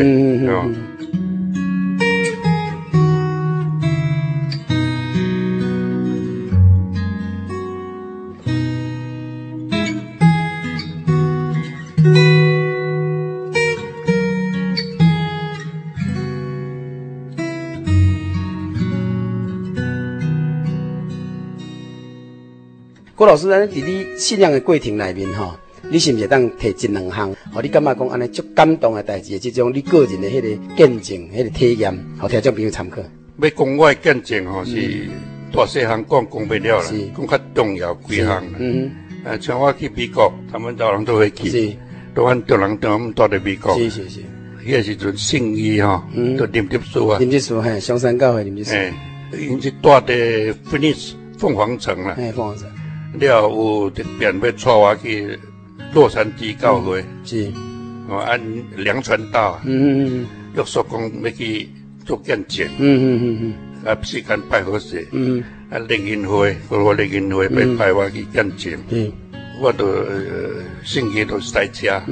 郭老师，咱伫你信仰的过程内面吼，你是毋是当提一两项，互你感觉讲安尼足感动的代志，即种你个人的迄个见证、迄个体验，互听众朋友参考。 要讲我的见证吼，是大细项讲不了啦，讲较重要几项啦。像我去美国，他们老人都会去，都阮中人都住伫美国。是。迄个时阵圣衣吼，都林执事啊。 林执事嘿，香山教会林执事。 因是住伫Phoenix凤凰城啦， 凤凰城。 了有一遍要带我去洛杉矶教会， 是， 按梁传道，约束讲要去做见证，啊时间拜好势，啊灵恩会，我灵恩会要派我去见证，我就星期就塞车，啊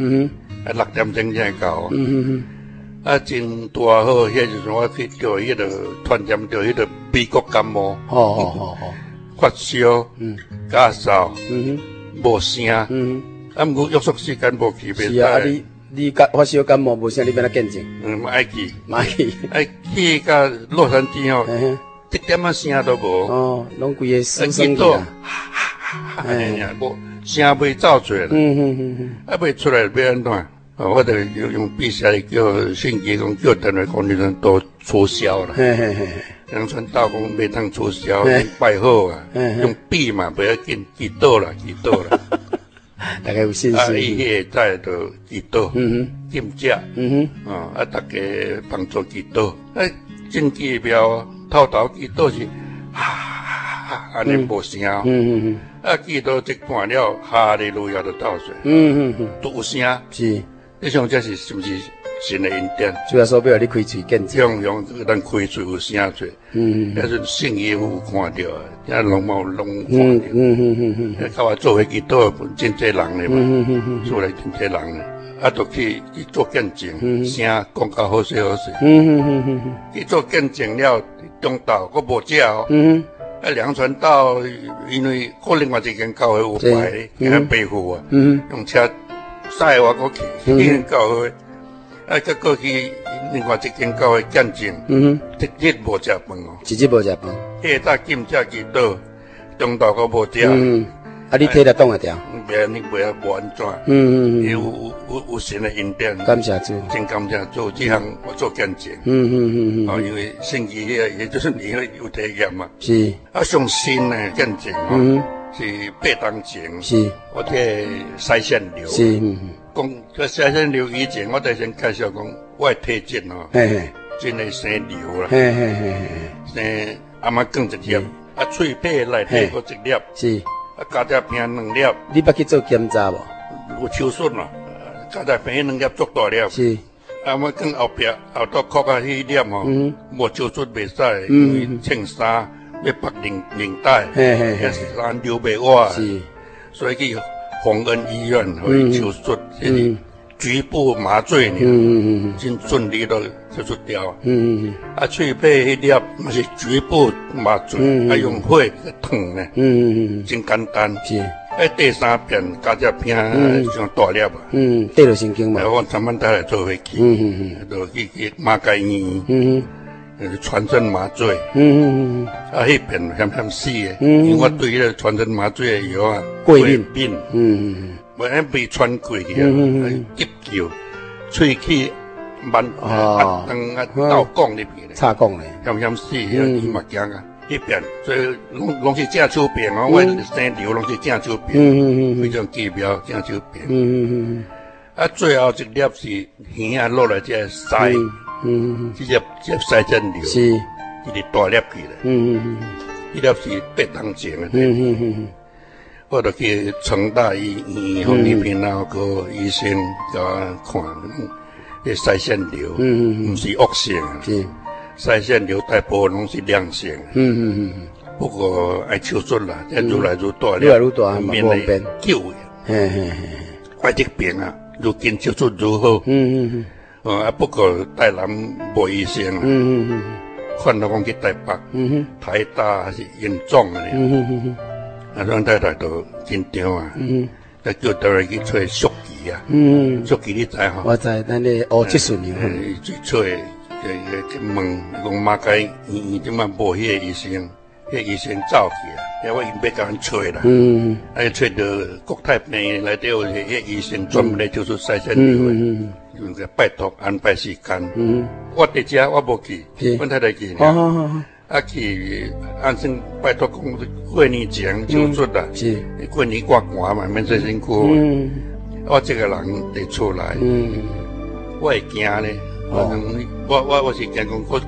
6点钟才到，啊真大好，迄时阵我去着迄个突然间着迄个美国感冒，发烧，咳嗽，无声，啊毋过约束时间无去， 是啊，你发烧感冒无声，你要哪见证？ 爱去， 爱去， 爱去到洛杉矶吼，一点仔声都无， 拢规个死生去啊， 无声未走出来，啊未出来要安怎？我就用笔写来叫信息讲叫单位讲你们都促销了，梁传道讲袂当促销，拜好啊，用笔嘛不要紧，祈祷啦，祈祷啦。 大家有信心。 啊，伊迄个在就祈祷，禁食，啊，大家帮助祈祷，真奇妙，头祈祷是安尼无声，啊，祈祷一半了，哈利路亚就倒出，都有声， 是。 你想这是是不是神的恩典？ 主要说要你开嘴见证， 用咱开嘴有声出，那是圣经有看到，也拢看到，甲我做伙祈祷，真济人咧嘛，做来真济人咧，啊，就去做见证，声讲到好势好势，去做见证了，中道我无食哦，啊，梁传道因为可另外一间教会有牌，惊背负啊，用车。带我过去，去间教会，啊，再过去另外一间教会见证，一日无食饭哦， 一日无食饭， 迄早禁食祈祷，中昼我无食， 啊，你体力挡会掉？ 袂，你袂无安怎？有神的恩典， 感谢主， 真感谢主，这项我做见证，哦，因为圣经也就是你有体验嘛， 是， 啊，上新的见证哦。是8当前， 是我这腮腺瘤， 是， 讲这腮腺瘤以前，我得先介绍讲，我的体质哦，真的生瘤啦，生阿妈更一粒，啊，喙皮内底搁一粒， 是， 啊，加只片2粒， 你捌去做检查无？ 有手术嘛，加只片2粒足大粒， 是， 啊，我更后壁后头壳啊迄粒吼，无手术袂使，因为穿衫。要绑领带，也是咱流袂活，所以去洪恩医院去手术，就是局部麻醉呢，真顺利都手术掉。啊，喙皮迄粒嘛是局部麻醉，啊用火烫呢，真简单。哎，第3遍加只片上大粒啊， 对着神经嘛。 我昨晚带来做回去，就去马街医。全身麻醉，啊，迄边险死的，因为我对迄个全身麻醉的药啊过敏， 我还被穿过去啊，急救，喙齿慢倒讲入去咧， 插讲咧， 险死，伊嘛惊啊，迄边所以拢是正手病哦，我生瘤拢是正手病，非常奇妙正手病，啊，最后一粒是耳啊落来这腮。这粒腮腺瘤是，伊是大粒去咧，这粒是8当前的，我就去成大医院红里平脑科医生甲我看，这腮腺瘤，不是恶性，腮腺瘤大部分拢是良性，不过爱手术啦，越来越大粒， 越来越大， 免来救的，我这病啊，愈近手术愈好，啊，不过台南无医生，看到讲去台北，台大还是严重的呢，啊，咱太太都紧张啊，啊，叫倒来去找书记啊，书记你知吼？ 我知，咱咧学技术呢， 最找去问，讲马街医院即摆无迄个医生，迄个医生走去啊，因为我因要甲咱找啦，啊，找到国泰病院内底有迄个医生专门来手术腮腺瘤的。就拜托安排时间，我伫遮我无去，阮太太去呢。啊去安生拜托讲过年前手术啦，过年挂寒嘛，免做辛苦。我这个人伫厝内，我会惊咧。我是惊讲我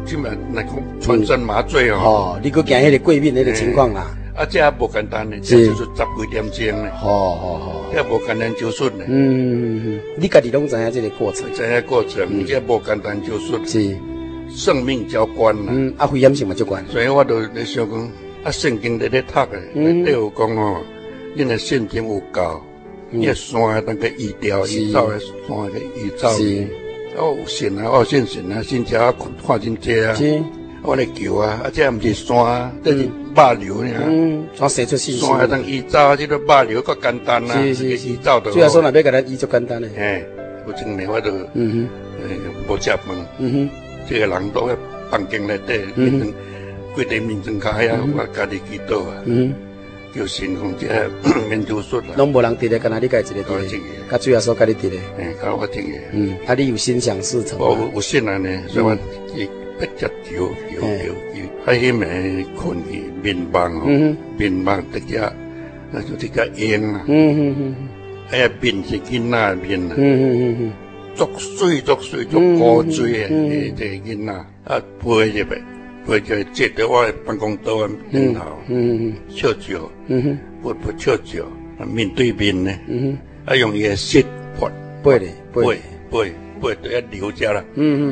即嘛来讲全身麻醉哦。 哦，你搁惊迄个过敏迄个情况啦。 这也无简单呢，这就是10几点钟呢。这无简单手术呢。 你家己拢知影这个过程。 知影过程，这无简单手术。 是。生命交关啦。 危险性嘛足关。 所以我就咧想讲，圣经咧读诶，都有讲哦，恁诶圣经有教，迄山当个移掉，移走诶山个移走。是。我有信啊，我信神啊，信者看真济啊。是。我咧求啊，这毋是山，这是马流呢。 山生出信心。 山当移走，这个马流较简单啦。是，移走就。 主要说那要甲咱移足简单诶。 有一年我就无食饭。这个人都喺房间内底，规地面睁开啊，我家己祈祷啊，叫神控这研究术啦。 拢无人伫咧，干那你家一个伫咧，甲主要说甲你伫咧。 甲我听嘅。 你有心想事成。 有信啊呢，所以我一直求，喺迄暝困去面盲哦，面盲直接，那就直接硬啊。哎呀，面是囡仔面啊。作水作高水啊！这囡仔啊，陪入来，陪就坐在我办公桌啊顶头，笑笑，不笑笑，面对面呢，用伊个舌背咧， 背，都要流只啦，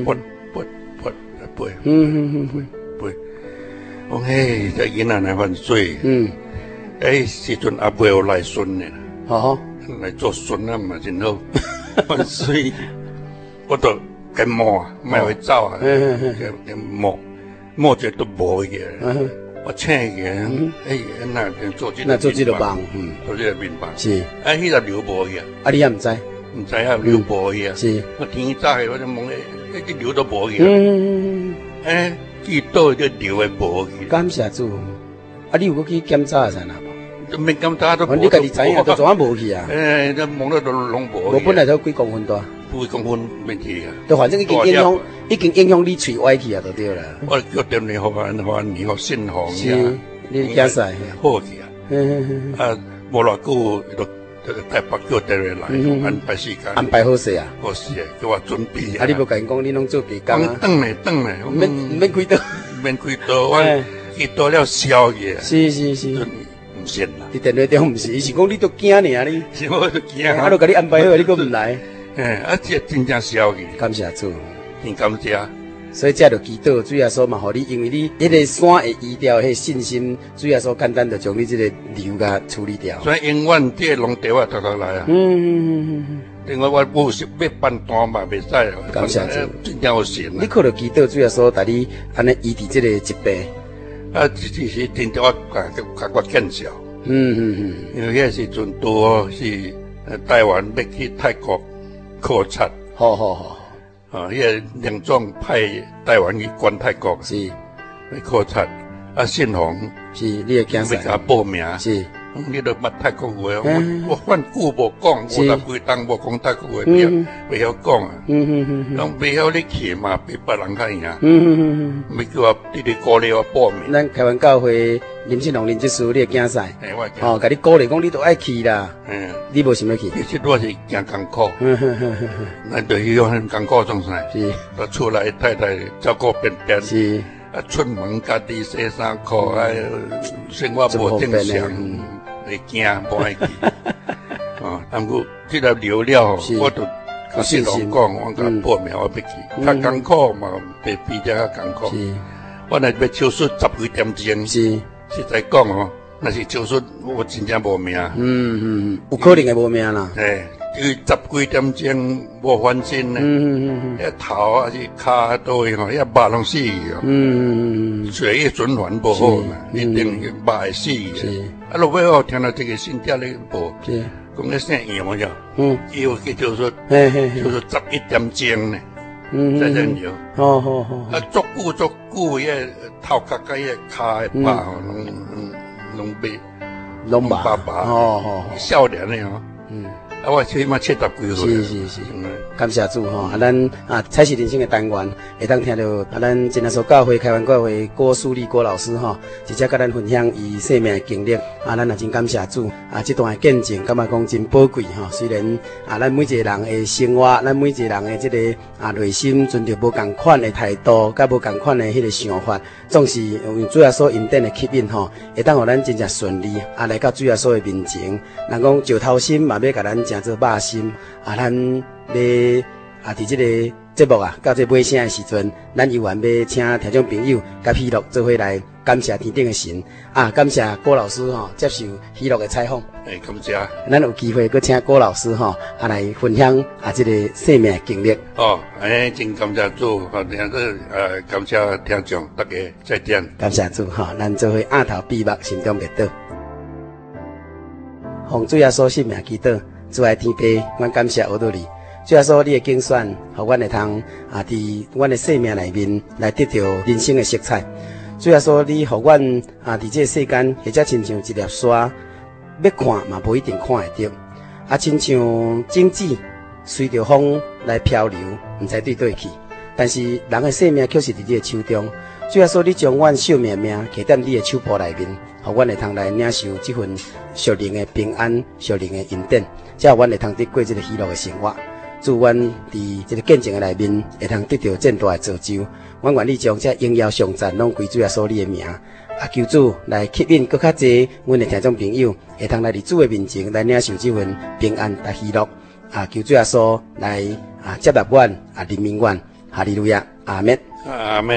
背，我嘿，这囡仔来犯水，时阵阿伯有来孙呢，来做孙啊嘛，真好。所以，我都跟摸啊，买去走啊，跟摸这都无嘢。我请人，那做这个梦， 做这个面包。 是， 迄个留无去啊，你也唔知， 唔知啊，留无去啊。是，我天早起我就问啲留都无去啊。记到就留的无去。 感谢主，啊，你有去检查下呐？ 免检查都， 你家己知影，都怎啊无去啊？ 这摸到都拢无。 我本来都几公分大， 几公分没去啊？ 都反正已经影响你嘴歪去啊，就对啦。 我叫电话互你互信号是，你惊晒好去啊？啊，无偌久就台北叫电话来，安排时间。 安排好势啊？ 好势啊，叫我准备啊！你无甲因讲，你拢做别工啊？ 等咧， 免开刀， 免开刀，我去到了宵夜。 是。 唔信啦！ 伫电话中唔是，伊是讲你都惊尔你， 是我都惊啊！都甲你安排好，你佫唔来， 这真正消去。 感谢主， 真感谢。 所以这就祈祷主耶稣嘛，互你，因为你迄个山会移掉，迄信心，主耶稣简单就将你这个瘤甲处理掉。 所以永远这龙地我偷来啊！另外我是要办单嘛，袂使啊！ 感谢主， 真正有神。 你靠着祈祷主耶稣带你安尼医治这个疾病。 只是听到我甲我见笑。因为迄时阵多是台湾要去泰国考察。 好。 迄个梁总派台湾去关泰国。 是。 来考察。信宏。 是，你会惊啥？ 要甲报名。 是。 你都捌泰国话，我反久无讲，50几冬无讲泰国话，袂晓讲啊。拢袂晓你去嘛，比别人较赢。要叫我直直鼓励我报名。 咱台湾教会林信宏林执事，你会惊啥？甲你鼓励讲，你都爱去啦。你无想要去？ 其实我是惊艰苦。咱就希望很艰苦状态。是。我出来太太照顾便。是。出门家己洗衫裤，生活无正常。会惊，无爱去。但过这个聊了，我都甲信宏讲，我甲报名我要去。较艰苦嘛，比较艰苦。我若要手术10几点钟，实在讲哦，若是手术，我真正无命。 有可能会无命啦。 因为10几点钟无翻身呢，遐头啊是骹倒位吼，遐肉拢死去哦。血液循环不好嘛，一定肉会死去。落尾我听到这个信条咧报，讲咧姓杨呀，伊有去手术11点钟呢，在这样。好。足久，遐头壳甲遐骹肉吼，拢白。笑脸的哦。 我起码70几岁。 是，感谢主吼！咱彩是人生的单元，会当听到咱真耶稣教会开完教会郭淑丽郭老师吼，直接甲咱分享伊生命的经历咱也真感谢主这段见证，感觉讲真宝贵吼。虽然咱每一个人的生活，咱每一个人的这个内心，存着无共款的态度，甲无共款的迄个想法，总是用主耶稣恩典的吸引吼，会当互咱真正顺利来到主耶稣的面前。人讲石头心嘛，要甲咱成做肉心咱要伫这个节目到这尾声的时阵，咱依然要请听众朋友甲喜乐做伙来感谢天顶的神感谢郭老师接受喜乐的采访。 感谢。 咱有机会搁请郭老师来分享这个生命的经历。 真感谢主感谢听众大家再见。 感谢主咱做伙额头闭目，心中默祷。奉主耶稣圣名祈祷，主爱天父，阮感谢学到你。主耶稣，你的竞选，互阮会通伫阮的生命内面来得到人生的色彩。主耶稣，你互阮伫这个世间，或者亲像一粒沙，要看嘛无一定看会到。亲像种子随着风来漂流，毋知对去。但是人的生命却是伫你的手中。主耶稣，你将阮生命命摕在你的手脯内面，互阮会通来领受这份属灵的平安、属灵的恩典，才互阮会通得过这个喜乐的生活。祝阮伫这个见证的内面，会通得到渐大的造就。阮愿意将这荣耀颂赞拢归主耶稣你的名。求主来吸引更较侪阮的听众朋友，会通来伫主的面前来领受这份平安甲喜乐。求主耶稣来接纳阮怜悯阮。哈利路亚，阿们。 阿们。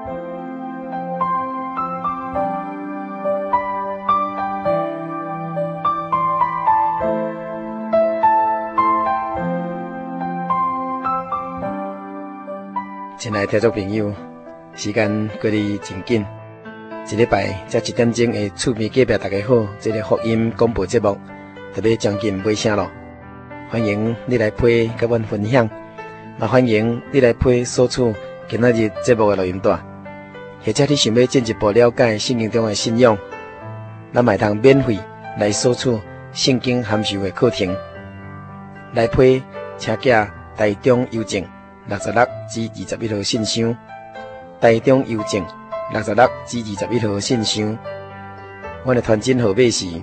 亲爱的听众朋友，时间过得真紧，一礼拜才1点钟的厝边隔壁大家好，这个福音广播节目特别将近尾声了。欢迎你来陪甲阮分享，也欢迎你来陪索取今仔日节目的录音带，或者你想要进一步了解圣经中的信仰，咱嘛会通免费来索取圣经函授的课程，来陪车架台中邮政66至21号信箱，台中邮政66至21号信箱。阮的传真号码是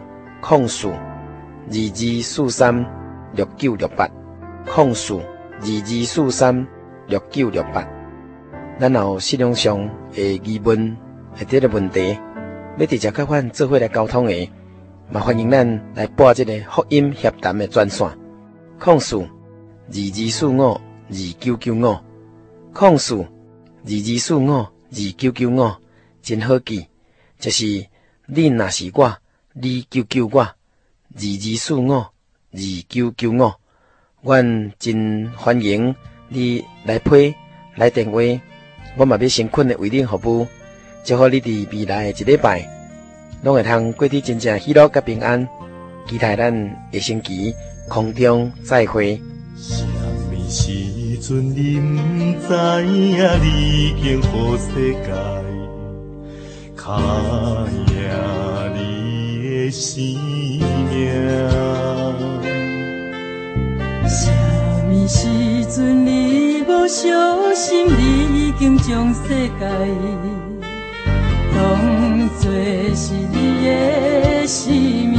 0422436968，0422436968。咱有信仰上的疑问或者问题，要直接甲阮做伙来沟通的，嘛欢迎咱来拨这个福音协谈的专线，0422452995，0422452995，真好记，就是你若是我，你救救我，22452995，阮真欢迎你来批来电话，我嘛要诚恳的为你服务，祝福你伫未来的一礼拜，拢会通过得真正喜乐甲平安，期待咱下星期空中再会。 什么时阵你不知影，你已经予世界卡赢你的生命。 什么时阵你无小心，你已经将世界当作是你的生命。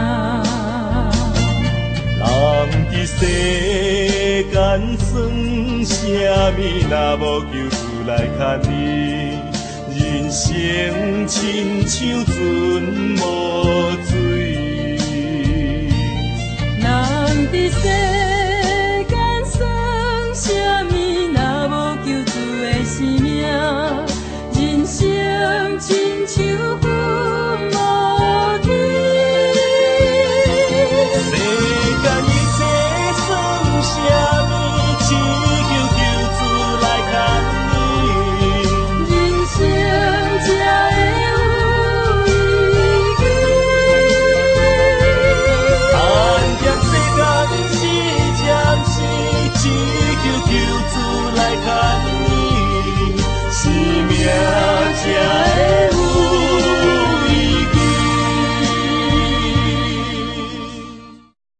人伫世间算啥物，若无求主来牵你，人生亲像船无